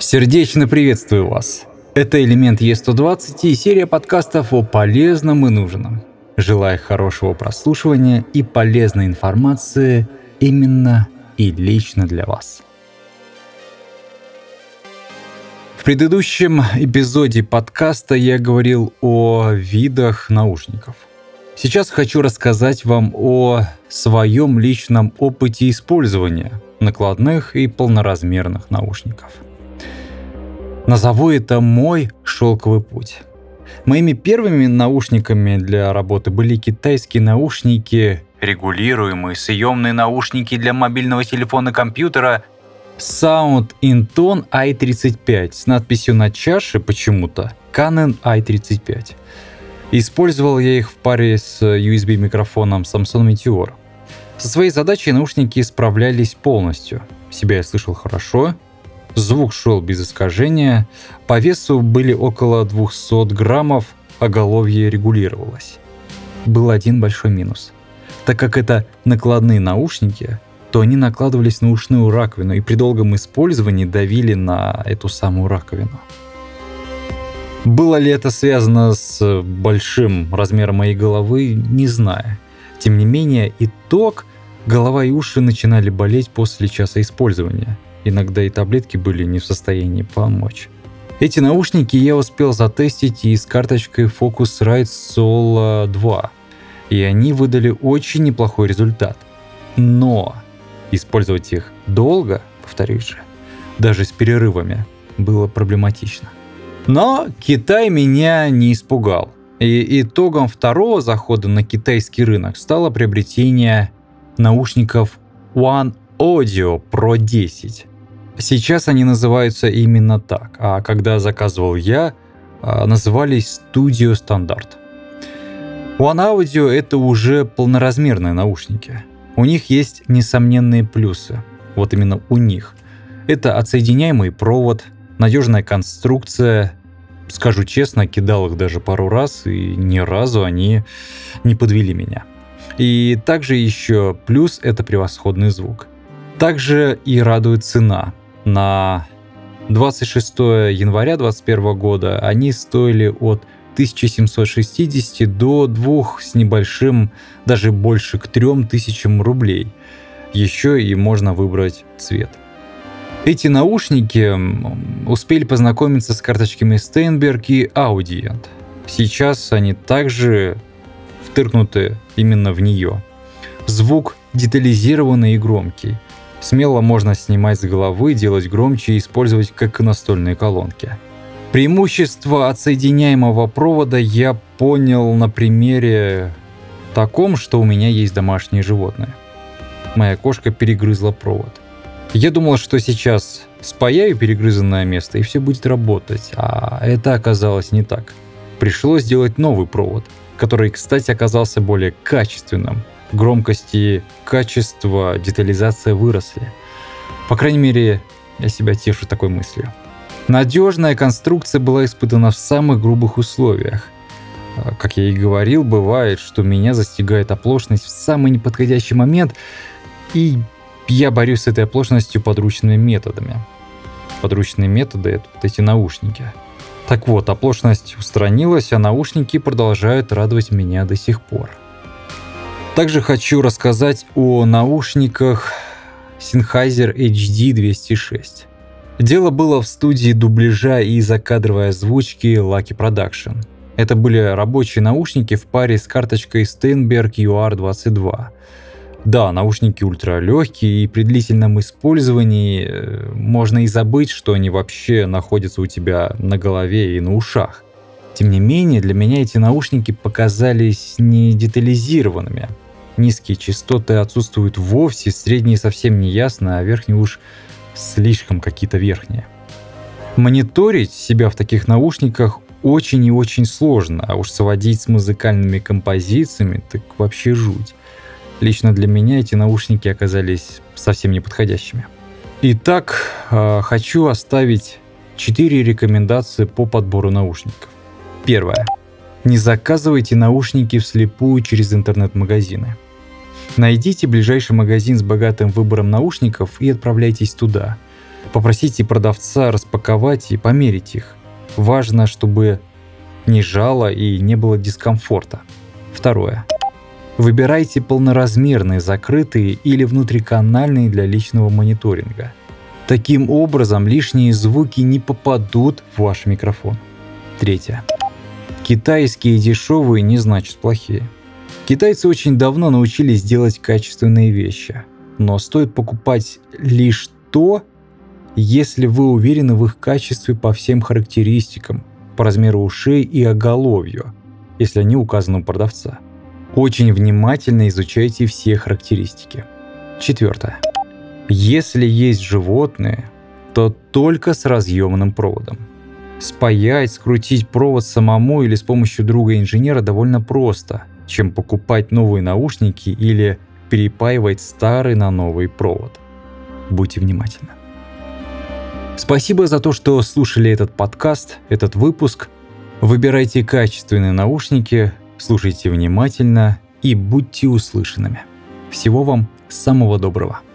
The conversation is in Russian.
Сердечно приветствую вас. Это «Элемент Е120» и серия подкастов о полезном и нужном. Желаю хорошего прослушивания и полезной информации именно и лично для вас. В предыдущем эпизоде подкаста я говорил о видах наушников. Сейчас хочу рассказать вам о своем личном опыте использования накладных и полноразмерных наушников. Назову это мой шелковый путь. Моими первыми наушниками для работы были китайские наушники, регулируемые съемные наушники для мобильного телефона и компьютера Sound Intone i35 с надписью на чаше почему-то Canon i35. Использовал я их в паре с USB-микрофоном Samsung Meteor. Со своей задачей наушники справлялись полностью. Себя я слышал хорошо, звук шел без искажения, по весу были около 200 граммов, оголовье регулировалось. Был один большой минус. Так как это накладные наушники, то они накладывались на ушную раковину и при долгом использовании давили на эту самую раковину. Было ли это связано с большим размером моей головы, не знаю. Тем не менее, итог – голова и уши начинали болеть после часа использования. Иногда и таблетки были не в состоянии помочь. Эти наушники я успел затестить и с карточкой Focusrite Solo 2. И они выдали очень неплохой результат. Но использовать их долго, повторюсь же, даже с перерывами, было проблематично. Но Китай меня не испугал. И итогом второго захода на китайский рынок стало приобретение наушников One Audio Pro 10. Сейчас они называются именно так, а когда заказывал я, назывались Studio Standard. One Audio — это уже полноразмерные наушники. У них есть несомненные плюсы. Вот именно у них. Это отсоединяемый провод, надежная конструкция. Скажу честно, кидал их даже пару раз, и ни разу они не подвели меня. И также еще плюс — это превосходный звук. Также и радует цена. На 26 января 2021 года они стоили от 1760 до 2 с небольшим, даже больше к 3000 рублей. Еще и можно выбрать цвет. Эти наушники успели познакомиться с карточками Steinberg и Audient. Сейчас они также втыркнуты именно в нее. Звук детализированный и громкий. Смело можно снимать с головы, делать громче и использовать как настольные колонки. Преимущество отсоединяемого провода я понял на примере таком, что у меня есть домашние животные. Моя кошка перегрызла провод. Я думал, что сейчас спаяю перегрызанное место и все будет работать, а это оказалось не так. Пришлось делать новый провод, который, кстати, оказался более качественным. Громкость и качество, детализация выросли. По крайней мере, я себя тешу такой мыслью. Надежная конструкция была испытана в самых грубых условиях. Как я и говорил, бывает, что меня застигает оплошность в самый неподходящий момент, и я борюсь с этой оплошностью подручными методами. Подручные методы — это вот эти наушники. Так вот, оплошность устранилась, а наушники продолжают радовать меня до сих пор. Также хочу рассказать о наушниках Sennheiser HD206. Дело было в студии дубляжа и закадровой озвучки Lucky Production. Это были рабочие наушники в паре с карточкой Steinberg UR22. Да, наушники ультралегкие, и при длительном использовании можно и забыть, что они вообще находятся у тебя на голове и на ушах. Тем не менее, для меня эти наушники показались не детализированными. Низкие частоты отсутствуют вовсе, средние совсем не ясно, а верхние уж слишком какие-то верхние. Мониторить себя в таких наушниках очень и очень сложно, а уж сводить с музыкальными композициями так вообще жуть. Лично для меня эти наушники оказались совсем неподходящими. Итак, хочу оставить 4 рекомендации по подбору наушников. Первое. Не заказывайте наушники вслепую через интернет-магазины. Найдите ближайший магазин с богатым выбором наушников и отправляйтесь туда. Попросите продавца распаковать и померить их. Важно, чтобы не жало и не было дискомфорта. Второе. Выбирайте полноразмерные, закрытые или внутриканальные для личного мониторинга. Таким образом, лишние звуки не попадут в ваш микрофон. Третье. Китайские дешевые не значит плохие. Китайцы очень давно научились делать качественные вещи, но стоит покупать лишь то, если вы уверены в их качестве по всем характеристикам, по размеру ушей и оголовью, если они указаны у продавца. Очень внимательно изучайте все характеристики. Четвертое. Если есть животные, то только с разъемным проводом. Спаять, скрутить провод самому или с помощью друга-инженера довольно просто, чем покупать новые наушники или перепаивать старый на новый провод. Будьте внимательны. Спасибо за то, что слушали этот подкаст, этот выпуск. Выбирайте качественные наушники, слушайте внимательно и будьте услышанными. Всего вам самого доброго.